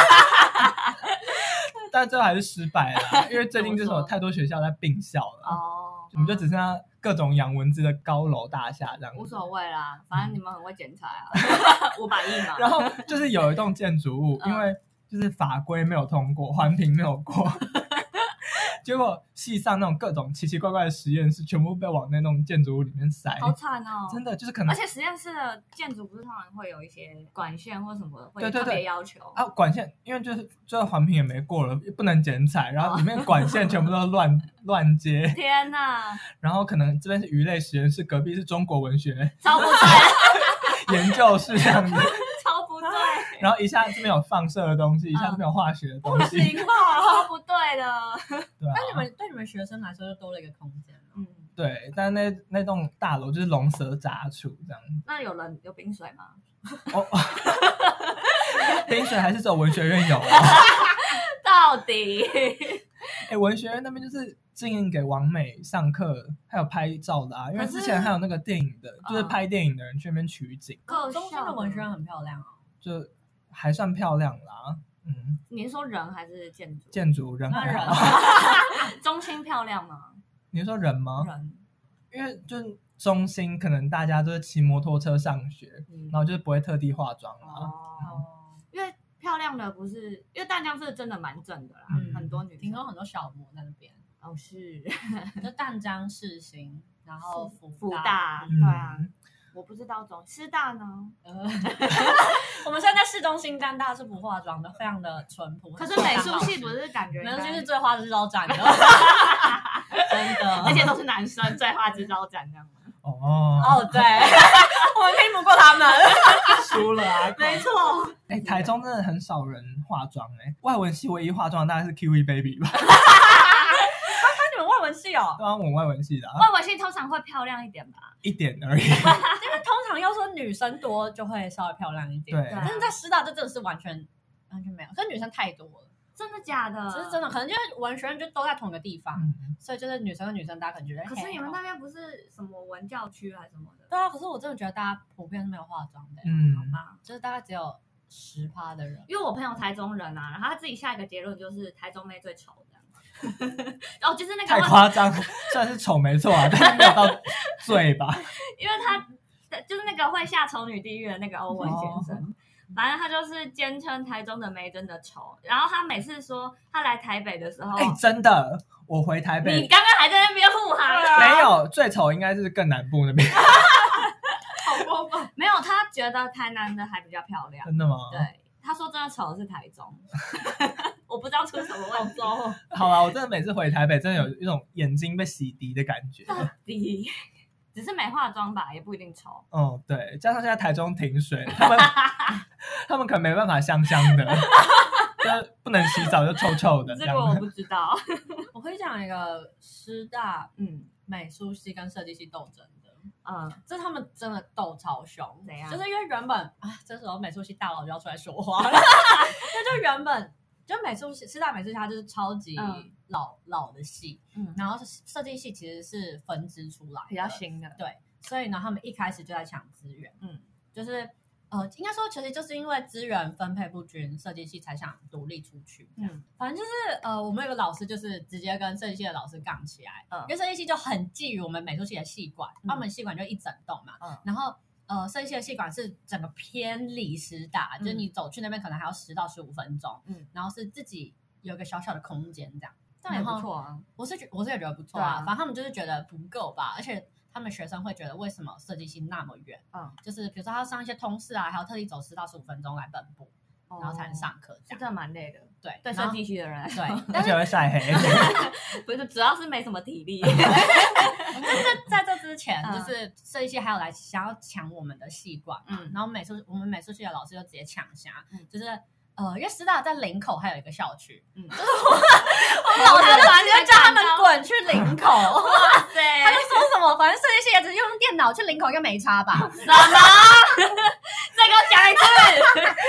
但最后还是失败了，因为最近就是有太多学校在并校了。 哦， 我们就只剩下各种养蚊子的高楼大厦这样子。 无所谓啦，反正你们很会剪裁啊，五百亿嘛。 然后就是有一栋建筑物， 嗯、 因为就是法规没有通过，环评没有过。结果系上那种各种奇奇怪怪的实验室全部被往那栋建筑物里面塞， 好惨哦！ 真的就是可能， 而且实验室的建筑不是通常会有一些管线或什么会对对对特别要求啊，管线因为就是最后环评也没过了，不能剪彩，然后里面管线全部都乱乱接。 天哪！ 然后可能这边是鱼类实验室，隔壁是中国文学超不对研究室这样子。 超不对， 然后一下这边有放射的东西，一下这边有化学的东西， 不行吧， 超不对的。 对啊， 那你们对你们学生来说就多了一个空间了。 嗯， 对，但那那栋大楼就是龙蛇杂处这样。 那有人有冰水吗？ 哦，冰水还是只有文学院有啊？ 到底？ 哎，文学院那边就是经营给网美上课还有拍照的啊，因为之前还有那个电影的，就是拍电影的人去那边取景。 中心的文学院很漂亮哦， 就还算漂亮啦。嗯， 你是说人还是建筑？ 建筑人还好。 中心漂亮吗？ 你是说人吗？ 人， 因为就是中心可能大家都是骑摩托车上学，嗯、然后就是不会特地化妆啦。 哦，嗯、因为漂亮的不是，因为淡江是真的蛮正的啦，嗯、很多女生， 听说很多小模在那边。 哦，是， 就淡江世新，然后福福大，对啊。嗯，我不知道中师大呢，呃， 我们现在在市中心淡大是不化妆的，非常的淳朴。 可是美术系不是感觉美术系是最花枝招展的，真的， 而且都是男生最花枝招展这样吗？ 哦哦，对，我们拼不过他们， 输了啊！ 没错， 哎、欸，台中真的很少人化妆哎、欸，外文系唯一化妆的大概是 Kiwi Baby 吧。 你们外文系哦？ 对啊，我们外文系的、啊。 外文系通常会漂亮一点吧？ 一点而已。 因为通常要说女生多就会稍微漂亮一点， 对。 但是在师大这真的是完全完全没有，可是女生太多了。 真的假的？ 这是真的，可能因为文学院就都在同一个地方，嗯、所以就是女生跟女生大家可能觉得。 可是你们那边不是什么文教区还是什么的？ 对啊，可是我真的觉得大家普遍是没有化妆的， 嗯， 好吗？就是大概只有十趴的人。 因为我朋友台中人啊，然后他自己下一个结论就是台中妹最丑这样。哦，就是那个太夸张，虽然是丑没错啊，但是没有到最吧。 因为他就是那个会下丑女地狱的那个欧文先生。哦，反正他就是坚称台中的妹真的丑，然后他每次说他来台北的时候， 哎、欸，真的，我回台北， 你刚刚还在那边护航， 没有，最丑应该是更南部那边， 好过分， 没有，他觉得台南的还比较漂亮， 真的吗？ 对，他说真的丑的是台中，我不知道出什么问题。 好啦，我真的每次回台北，真的有一种眼睛被洗涤的感觉， 到底。只是没化妆吧，也不一定丑。 哦，对，加上现在台中停水，他们他们可能没办法香香的，就不能洗澡就臭臭的。 这个我不知道。 我可以讲一个师大嗯美术系跟设计系斗争的，嗯，这他们真的斗超凶。 怎样？ 就是因为原本啊，这时候美术系大佬就要出来说话了，那就原本。就美术系，师大美术系它就是超级老、嗯、老的系，嗯，然后设计系其实是分支出来比较新的， 对，所以呢，他们一开始就在抢资源，嗯，就是呃，应该说其实就是因为资源分配不均，设计系才想独立出去，嗯，反正就是呃，我们有个老师就是直接跟设计系的老师杠起来，嗯，因为设计系就很觊觎我们美术系的系馆，嗯、我们系馆就一整栋嘛，嗯，然后。呃，设计系的系馆是整个偏离师大，嗯、就是你走去那边可能还要十到十五分钟，嗯，然后是自己有一个小小的空间这样， 这样也不错啊。 我是觉我是也觉得不错啊，啊反正他们就是觉得不够吧，而且他们学生会觉得为什么设计系那么远，嗯，就是比如说他要上一些通识啊，还要特地走十到十五分钟来奔波，哦、然后才能上课， 这真的蛮累的。 对， 对设计系的人对， 而且会晒黑， 不是，主要是没什么体力。 就是在这之前，嗯、就是设计系还有来想要抢我们的系馆，嗯，然后美术我们美术系的老师就直接抢下，嗯，就是呃，因为师大在林口还有一个校区，嗯，就是我们老师就直接叫他们滚去林口，哇塞，他就说什么，反正设计系也只是用电脑去林口应该没差吧？ 什么？再给我讲一次， 再跟我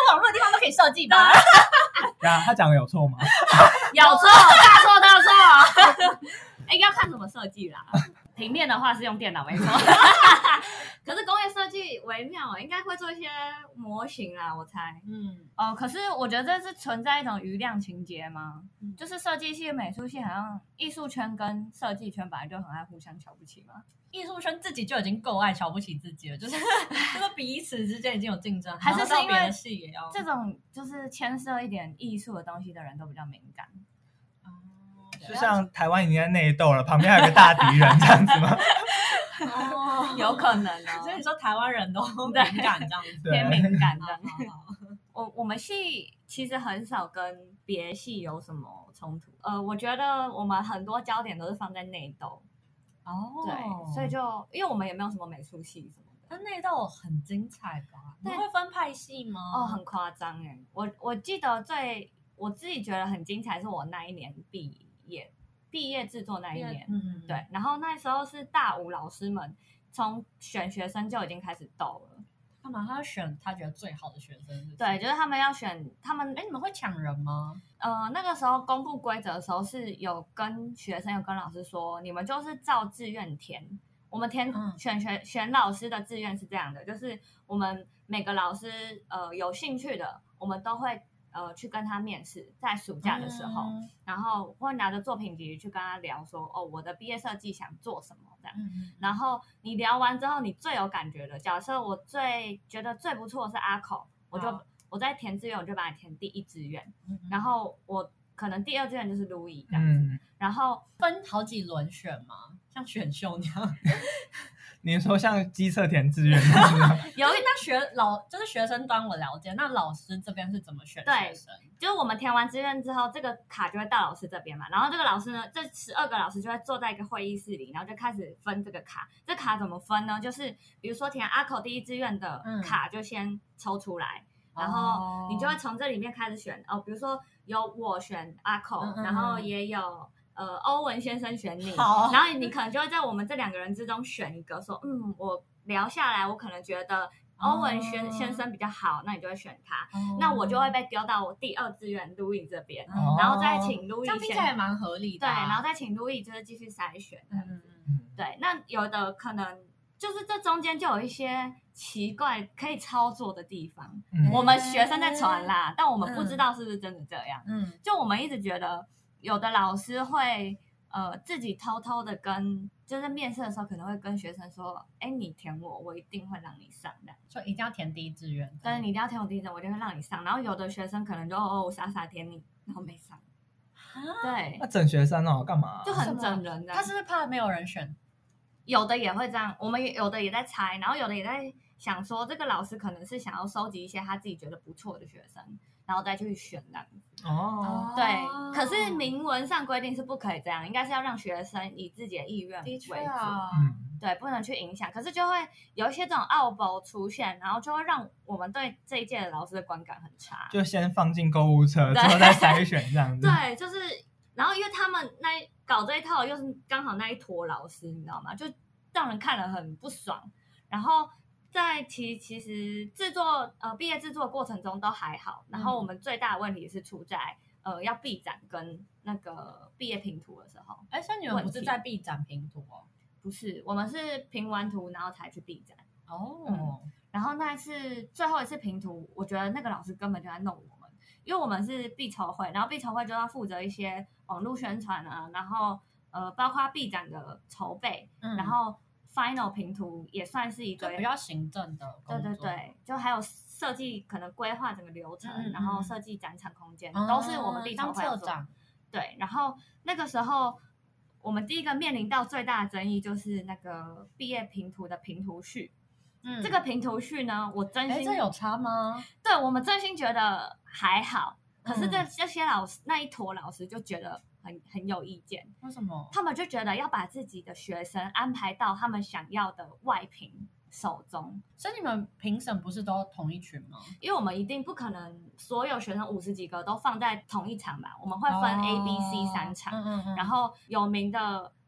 网络的地方都可以设计吧？ 对啊，他讲的有错吗？ 有错，大错特错。哎，要看什么设计啦？平面的话是用电脑没错，可是工业设计微妙，应该会做一些模型啦，我猜。嗯，哦，可是我觉得这是存在一种余量情节吗？嗯、就是设计系、美术系好像艺术圈跟设计圈本来就很爱互相瞧不起嘛。 艺术圈自己就已经够爱瞧不起自己了，就是就是彼此之间已经有竞争， 还是是因为系也要这种就是牵涉一点艺术的东西的人都比较敏感。 就像台湾已经在内斗了，旁边还有个大敌人这样子吗？ 哦，有可能哦。 所以你说台湾人都敏感这样子， 偏敏感这样。我我们系其实很少跟别系有什么冲突，呃，我觉得我们很多焦点都是放在内斗。哦，对，所以就因为我们也没有什么美术系什么的， 但内斗很精彩吧？你会分派系吗？ 哦，很夸张哎！我我记得最我自己觉得很精彩，是我那一年毕业毕业制作那一年，嗯，对，然后那时候是大五老师们从选学生就已经开始斗了。 干嘛？他要选他觉得最好的学生是不是？ 对，就是他们要选他们。 哎，你们会抢人吗？ 呃，那个时候公布规则的时候是有跟学生有跟老师说，你们就是照志愿填。我们填、嗯、选学选老师的志愿是这样的，就是我们每个老师呃有兴趣的，我们都会呃去跟他面试，在暑假的时候，嗯、然后会拿着作品集去跟他聊说，哦，我的毕业设计想做什么这样。嗯、然后你聊完之后，你最有感觉的，假设我最觉得最不错的是阿口，我就。我在填志愿，我就把它填第一志愿，嗯、然后我可能第二志愿就是路易这样子，嗯、然后分好几轮选嘛，像选秀那样。 你说像机测填志愿那样？ 有那学老就是学生端我了解，那老师这边是怎么选学生？ 就是我们填完志愿之后，这个卡就会到老师这边嘛，然后这个老师呢，这十二个老师就会坐在一个会议室里，然后就开始分这个卡。这卡怎么分呢？就是比如说填阿口第一志愿的卡就先抽出来。嗯然后你就会从这里面开始选哦，比如说有我选阿口，嗯嗯然后也有呃欧文先生选你，然后你可能就会在我们这两个人之中选一个，说嗯，我聊下来，我可能觉得欧文先先生比较好，那你就会选他，哦、那我就会被丢到我第二志愿路易这边，哦、然后再请路易， 这样听起来也蛮合理的、 啊，对，然后再请路易就是继续筛选，嗯嗯，对，那有的可能就是这中间就有一些。奇怪可以操作的地方，嗯、我们学生在传啦，嗯、但我们不知道是不是真的这样。嗯，就我们一直觉得有的老师会呃自己偷偷的跟，就是面试的时候可能会跟学生说，哎，你填我，我一定会让你上的， 所以一定要填第一志愿。 对，你一定要填我第一志愿，我一定会让你上。然后有的学生可能就哦我傻傻填你，然后没上。对， 那整学生哦，干嘛？ 就很整人的。 他是不是怕没有人选？ 有的也会这样，我们有的也在猜，然后有的也在想说，这个老师可能是想要收集一些他自己觉得不错的学生，然后再去选这样子。哦，对。可是明文上规定是不可以这样，应该是要让学生以自己的意愿为主。啊、对，不能去影响。可是就会有一些这种奥博出现，然后就会让我们对这一届的老师的观感很差。 就先放进购物车，之后再筛选这样子。 对，就是。然后因为他们那搞这一套又是刚好那一坨老师，你知道吗？就让人看了很不爽。然后在其其实制作呃毕业制作的过程中都还好。然后我们最大的问题是出在呃要毕展跟那个毕业评图的时候。 哎，所以你们不是在毕展评图哦？ 不是，我们是评完图然后才去毕展。哦、嗯。然后那一次最后一次评图，我觉得那个老师根本就在弄我们。因为我们是毕筹会，然后毕筹会就要负责一些网络宣传啊，然后呃，包括毕展的筹备，嗯、然后 final 评图也算是一个比较行政的工作。 对对对，就还有设计，可能规划整个流程，嗯、然后设计展场空间，嗯、都是我们毕筹会要做。对，然后那个时候我们第一个面临到最大的争议就是那个毕业评图的评图序。嗯，这个评图序呢，我真心这有差吗？ 对，我们真心觉得还好，可是这、嗯、这些老师那一坨老师就觉得很很有意见。 为什么？ 他们就觉得要把自己的学生安排到他们想要的外评手中。 所以你们评审不是都同一群吗？ 因为我们一定不可能所有学生五十几个都放在同一场吧，我们会分 A、B、C 三场，嗯嗯嗯然后有名的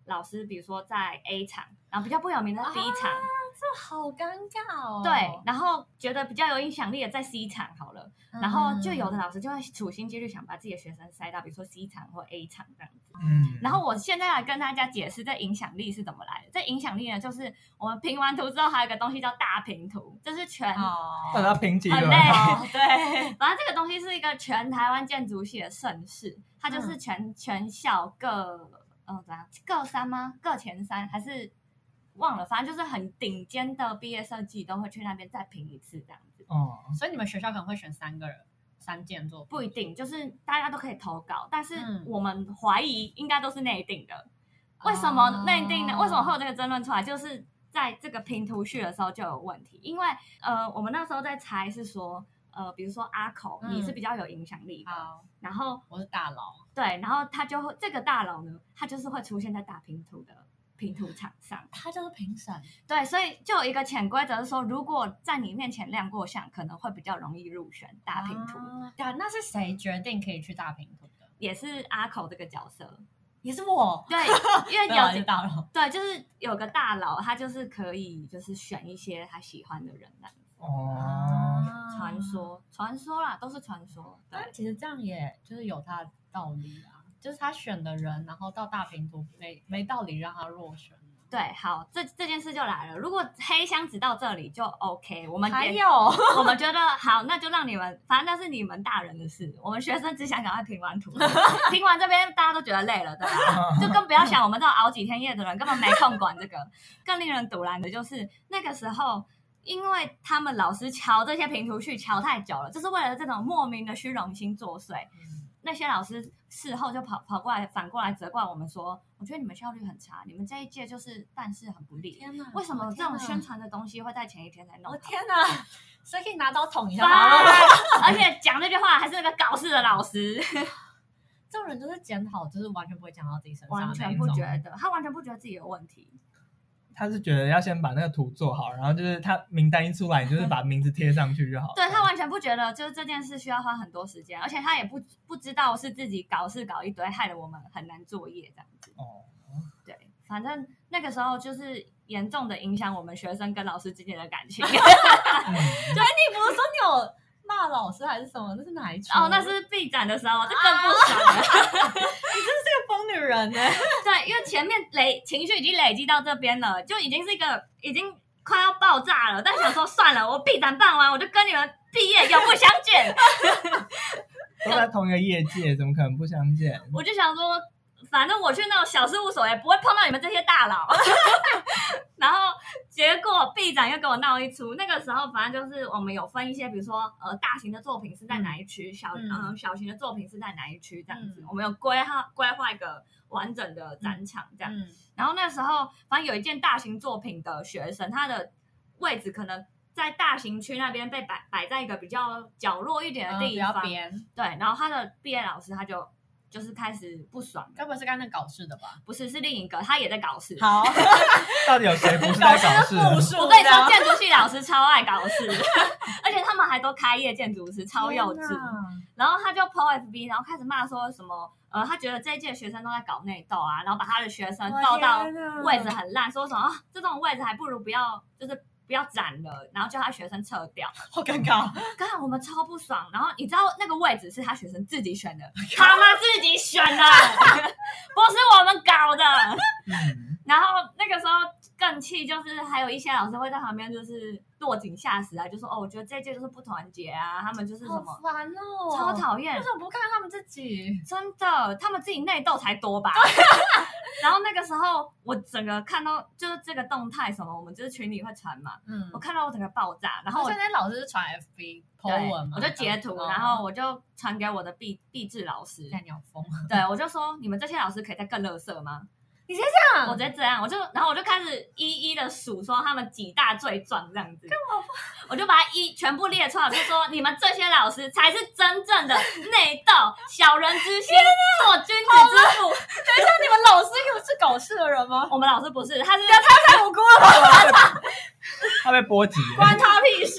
老师，比如说在 A 场，然后比较不有名的 B 场，啊、 这好尴尬哦。 对，然后觉得比较有影响力的在 C 场好了，嗯、然后就有的老师就会处心积虑想把自己的学生塞到比如说 C 场或 A 场这样子。嗯，然后我现在来跟大家解释这影响力是怎么来的。这影响力呢，就是我们评完图之后，还有一个东西叫大评图，这是全哦，大家评几轮？ 对，反正这个东西是一个全台湾建筑系的盛事，它就是全、嗯、全校各。哦，怎样？各三吗？各前三还是忘了？反正就是很顶尖的毕业设计都会去那边再评一次这样子。 哦，所以你们学校可能会选三个人，三件作品？ 不一定，就是大家都可以投稿，但是我们怀疑应该都是内定的。嗯、为什么内定呢？为什么会有这个争论出来？就是在这个评图序的时候就有问题，因为呃，我们那时候在猜是说。呃，比如说阿口，你是比较有影响力的， 嗯、 然后我是大佬， 对，然后他就会这个大佬呢，他就是会出现在大评图的评图场上， 他就是评审， 对，所以就有一个潜规则是说，如果在你面前亮过相，可能会比较容易入选大评图。 啊，那是谁决定可以去大评图的？ 也是阿口这个角色， 也是我， 对，因为有是大佬， 对，就是有个大佬，他就是可以就是选一些他喜欢的人这样子。 哦， 传说，传说啦，都是传说。 但其实这样也就是有他的道理啊，就是他选的人，然后到大评图没没道理让他落选。 对，好，这这件事就来了。如果黑箱子到这里就 OK， 我们还有， 我们觉得好，那就让你们，反正那是你们大人的事，我们学生只想赶快评完图，评完这边大家都觉得累了，对吧？就更不要想我们这种熬几天夜的人根本没空管这个。更令人堵然的就是那个时候。因为他们老师瞧这些评图序瞧太久了，就是为了这种莫名的虚荣心作祟。嗯、那些老师事后就跑跑过来，反过来责怪我们说：“我觉得你们效率很差，你们这一届就是办事很不力。 天哪， 为什么这种宣传的东西会在前一天才弄？” 我天哪，谁可以拿刀捅一下他？ 而且讲这句话还是那个搞事的老师。 这种人就是检讨，就是完全不会讲到自己身上， 完全不觉得，他完全不觉得自己有问题。 他是觉得要先把那个图做好，然后就是他名单一出来，你就是把名字贴上去就好了。 对，他完全不觉得就是这件事需要花很多时间，而且他也不不知道是自己搞事搞一堆，害得我们很难作业这样子。哦，对，反正那个时候就是严重的影响我们学生跟老师之间的感情。对， 你不是说你有骂老师还是什么？那是哪一出？ 哦，那是闭展的时候，这更不爽了。 你真是个疯女人呢、欸！ 对，因为前面累情绪已经累积到这边了，就已经是一个已经快要爆炸了。但想说算了，我闭展办完，我就跟你们毕业永不相见。 都在同一个业界，怎么可能不相见？ 我就想说，反正我去那种小事务所也不会碰到你们这些大佬。然后结果毕展又给我闹一出，那个时候反正就是我们有分一些，比如说呃大型的作品是在哪一区，小嗯、呃、小型的作品是在哪一区这样子，嗯、我们有规划规划一个完整的展场这样。嗯、然后那时候反正有一件大型作品的学生，他的位置可能在大型区那边被摆摆在一个比较角落一点的地方， 嗯、比较边对，然后他的毕业老师他就。就是开始不爽， 该不会是刚才搞事的吧？ 不是，是另一个，他也在搞事。 好， 到底有谁不是在搞事？ 我跟你说，建筑系老师超爱搞事，而且他们还都开业建筑师，超幼稚。然后他就 po F B， 然后开始骂说什么，呃，他觉得这一届学生都在搞内斗啊，然后把他的学生斗到位置很烂，说什么、啊、这种位置还不如不要，就是。不要展了，然后叫他学生撤掉， 好尴尬。 刚才我们超不爽，然后你知道那个位置是他学生自己选的，他妈自己选的，不是我们搞的。嗯、然后那个时候更气，就是还有一些老师会在旁边就是落井下石啊，就说哦，我觉得这一届就是不团结啊，他们就是什么， 好烦哦， 超讨厌。 为什么不看他们自己？ 真的，他们自己内斗才多吧。然后那个时候，我整个看到就是这个动态什么，我们就是群里会传嘛，嗯，我看到我整个爆炸，然后我现在老师是传 F B po 文嘛， 我就截图，哦、然后我就传给我的毕毕制老师， 看你好疯， 对，我就说你们这些老师可以再更垃圾吗？ 你直接这样， 我直接这样，我就然后我就开始一一的数说他们几大罪状这样子， 干嘛？ 我就把它一全部列出来，我就说你们这些老师才是真正的内斗、小人之心、做君子之腹。 等一下，你们老师有是搞事的人吗？ 我们老师不是，他是他太无辜了吧？ 他被波及， 关他屁事。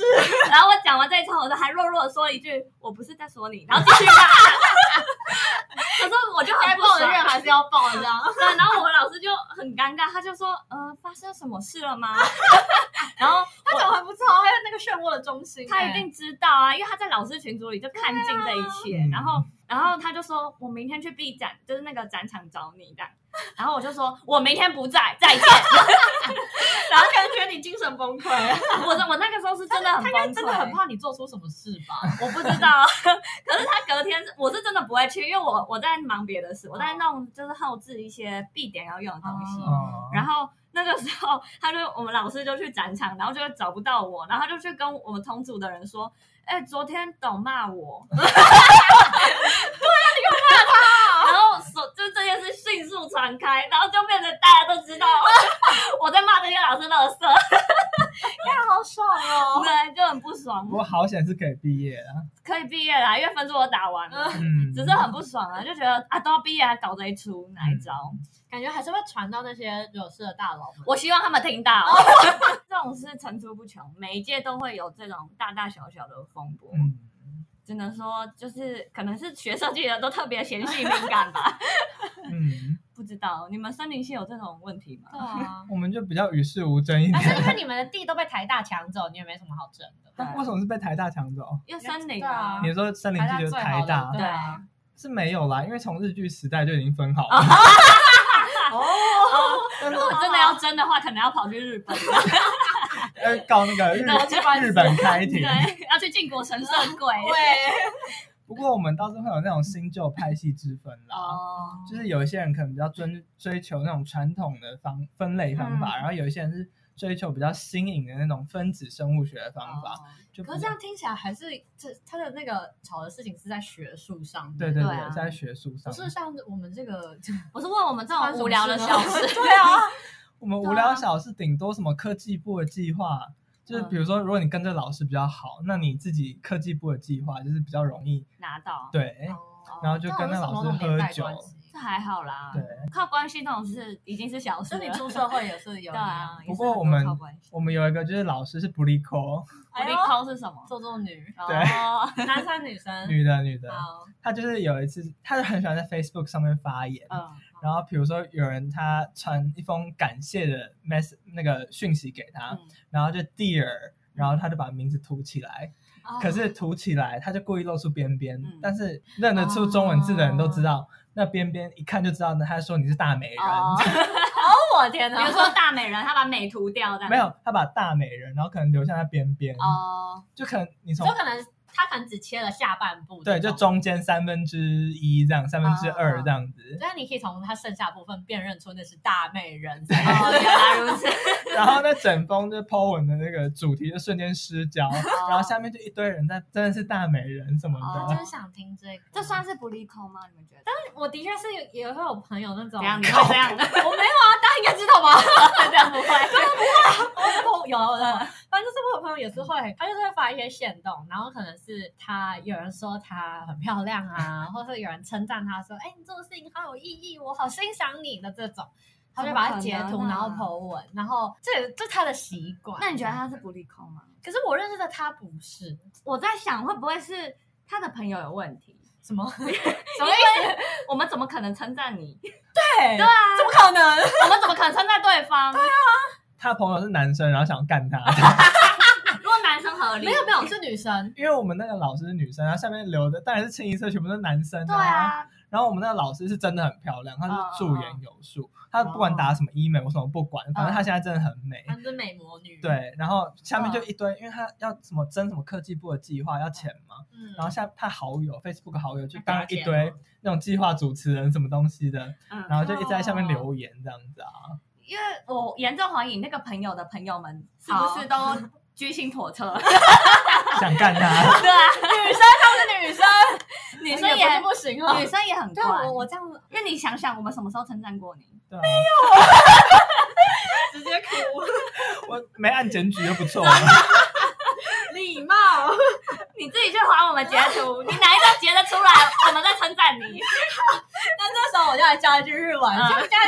然后我讲完这一串，我都还弱弱的说了一句：“我不是在说你。”然后继续骂。可是我就很不爽， 该报的怨还是要报这样。 对，然后我们老师就很尴尬，他就说：“呃，发生什么事了吗？”然后他讲还不错，还有那个漩涡的中心， 他一定知道啊，因为他在老师群组里就看尽这一切。 啊、 然后，然后他就说：“我明天去 B 展，就是那个展场找你这样。”然后我就说：“我明天不在，再见。” 然后感觉你精神崩溃。 我我那个时候是真的很崩溃， 他真的很怕你做出什么事吧？ 我不知道。可是他隔天，我是真的不会去，因为我我在忙别的事，我在弄就是后置一些必点要用的东西。 哦、 然后那个时候，他就我们老师就去展场，然后就找不到我，然后他就去跟我们同组的人说：“哎、欸，昨天董骂我。”对啊，你干嘛骂他？然后就这件事迅速传开，然后就变成大家都知道我在骂这些老师垃圾。 看好爽哦！ 对，就很不爽。 不过好险是可以毕业了， 可以毕业啦，因为分数我打完了，嗯，只是很不爽啊，就觉得啊都要毕业还搞这一出，哪一招？ 嗯、感觉还是会传到那些惹事的大佬们。 我希望他们听到，这种事层出不穷，每一届都会有这种大大小小的风波。嗯，只能说就是可能是学设计的都特别嫌隙敏感吧。 嗯。 不知道你们森林系有这种问题吗？ 对啊， 我们就比较与世无争一点。 但是因为你们的地都被台大抢走，你也没什么好争的。 那为什么是被台大抢走？ 因为森林啊， 你说森林系就是台大， 对啊， 是没有啦，因为从日据时代就已经分好了。 哦，如果真的要争的话，可能要跑去日本， 要告那个日日本开庭， 对，要去靖国神社跪。 对。 不过我们倒是会有那种新旧派系之分啦，哦、就是有一些人可能比较追追求那种传统的方分类方法，嗯、然后有一些人是追求比较新颖的那种分子生物学的方法。哦、 就可是这样听起来还是这他的那个吵的事情是在学术上， 对对对，啊、在学术上， 不是像我们这个， 我是问我们这种无聊的小事， 对啊， 我们无聊小事顶多什么科技部的计划。就是比如说，如果你跟着老师比较好，那你自己科技部的计划就是比较容易拿到。 对，哦、然后就跟那老师喝酒， 这还好啦。 对， 靠关系那种事已经是小事了。 你出社会也是有。 对啊。 不过我们我们有一个就是老师是不利扣， 不利扣是什么？ 做作女。 对， 哦、男生女生。 女的女的。他就是有一次，他就很喜欢在 Facebook 上面发言。嗯。然后比如说有人他传一封感谢的 mess 那个讯息给他，嗯、然后就 Dear。然后他就把名字涂起来，哦、可是涂起来他就故意露出边边，嗯、但是认得出中文字的人都知道，哦、那边边一看就知道呢。他说你是大美人， 哦，我天哪！ 比如说大美人，他把美涂掉， 没有，他把大美人，然后可能留下那边边， 哦， 就可能你从就可能他可能只切了下半部， 对，就中间三分之一这样，三分之二这样子。 所以你可以从他剩下部分辨认出那是大美人。 哦，原来如此。 然后那整封就 po 文的那个主题就瞬间失焦，哦、然后下面就一堆人在真的是大美人什么的。 哦、真想听这个， 这算是不利口吗？你们觉得？ 但是我的确是也会有朋友那种， 这样你会这样的？ 我没有啊，大家应该知道吧？ 这样不会， 真的不会。我有了，我有了。反正就是我有朋友也是会，他就是会发一些限动，然后可能是他有人说她很漂亮啊，或是有人称赞她说，哎、欸，你做的事情好有意义，我好欣赏你的这种。他就把它截图，然后 po 文，然后这这他的习惯。 那你觉得他是不利口吗？ 可是我认识的他不是。 我在想会不会是他的朋友有问题？ 什么？ 什么意思？我们怎么可能称赞你？ 对对啊， 怎么可能？ 我们怎么可能称赞对方？ 对啊， 他的朋友是男生，然后想要干他。 如果男生合理， 没有没有是女生， 因为我们那个老师是女生，然后下面留的当然是清一色全部都是男生、啊。 对啊。 然后我们那个老师是真的很漂亮，她是驻颜有术，她不管打什么医美，我什么不管，反正她现在真的很美， 她是美魔女。 对，然后下面就一堆，因为她要什么争什么科技部的计划要钱嘛，嗯、然后下她好友 Facebook 好友就当然一堆那种计划主持人什么东西的，嗯、然后就一直在下面留言这样子啊。 因为我严重怀疑那个朋友的朋友们是不是都居心叵测， 想干他。 对啊， 女生她是女生。 女生也不行哦， 女生也很怪。 我我这样， 因为你想想，我们什么时候称赞过你？ 对啊、 没有，直接哭。 我没按检举就不错。 礼貌， 你自己去还我们截图，你哪一张截得出来？我们在称赞你。 那这时候我就来教一句日文，就大家想说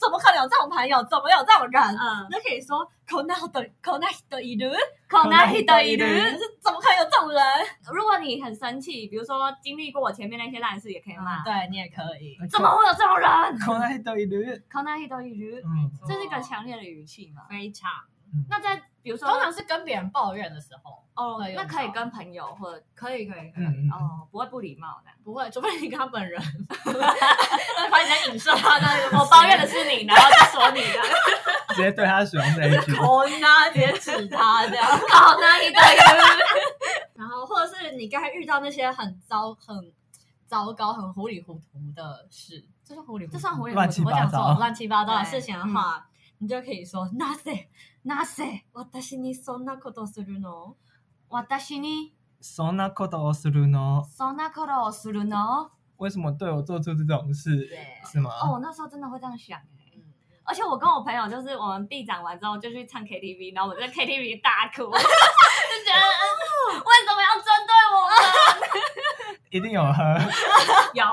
怎么可能有这种朋友？怎么有这种人？嗯，就可以说こんな人こんな人いる， こんな人いる， 是怎么可能有这种人？ 如果你很生气，比如说经历过我前面那些烂事，也可以骂。 对你也可以。 怎么会有这种人？ こんな人いる， こんな人いる，嗯，这是一个强烈的语气嘛？ 非常。 那在比如说， 通常是跟别人抱怨的时候， 哦，那可以跟朋友或者可以可以可以，哦，不会不礼貌的， 不会，除非你跟他本人，把你在影射他那个，我抱怨的是你，然后就说你的， 直接对他使用这一句， 口呐，直接指他这样， 好那一对， 然后或者是你刚才遇到那些很糟、很糟糕、很糊里糊涂的事，这算糊里糊涂， 这算糊里糊涂， 乱七八糟、 乱七八糟的事情的话。你就可以说なぜなぜ私にそんなことするの？ 私にそんなことをするの？ そんなことをするの？ 为什么对我做出这种事？是吗？ 哦，我那时候真的会这样想哎、欸，而且我跟我朋友就是我们闭展完之后就去唱 K T V， 然后我在 K T V 大哭，就觉得、嗯、为什么要针对我们？ 一定有喝， 有。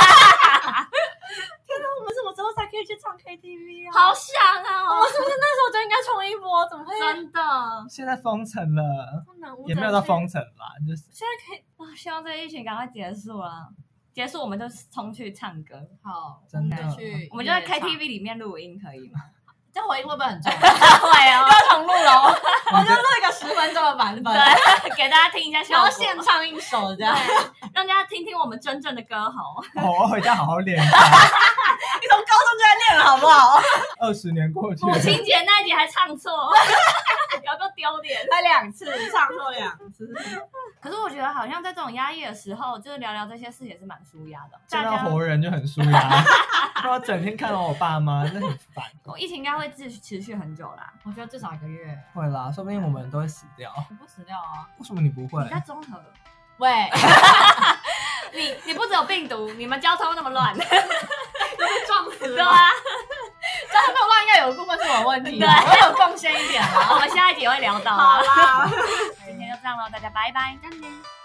天哪，我们什么时候才可以去唱 K T V 啊？ 好想啊！ 我们是不是那时候就应该冲一波？怎么会？ 真的， 现在封城了，也没有到封城吧？就是现在可以哇！希望这个疫情赶快结束了，结束我们就冲去唱歌。 好， 真的去， 我们就在 K T V 里面录音，可以吗？ 这样回音会不会很重？ 会哦， 要重录了，我就录一个十分钟的版本， 对，给大家听一下效果， 然后现唱一首这样， 让大家听听我们真正的歌喉。 哦，我回家好好练一下。 你从高中就在练了，好不好？ 二十年过去了， 母亲节那一集还唱错，有够丢脸， 才两次，唱错两次。 可是我觉得好像在这种压抑的时候，就是聊聊这些事也是蛮舒压的。 见到活人就很舒压，不然整天看到我爸妈，真的很烦。 我疫情应该会持持续很久啦， 我觉得至少一个月。 会啦，说不定我们都会死掉。 你不死掉啊？ 为什么你不会？ 你在综合。 喂， 你你不只有病毒，你们交通那么乱，你被撞死了。 对啊， 交通那么乱，应该有一部分是我的问题。对，我有贡献一点啦。 我们下一集会聊到。 好啦， 今天就这样咯，大家拜拜，再见。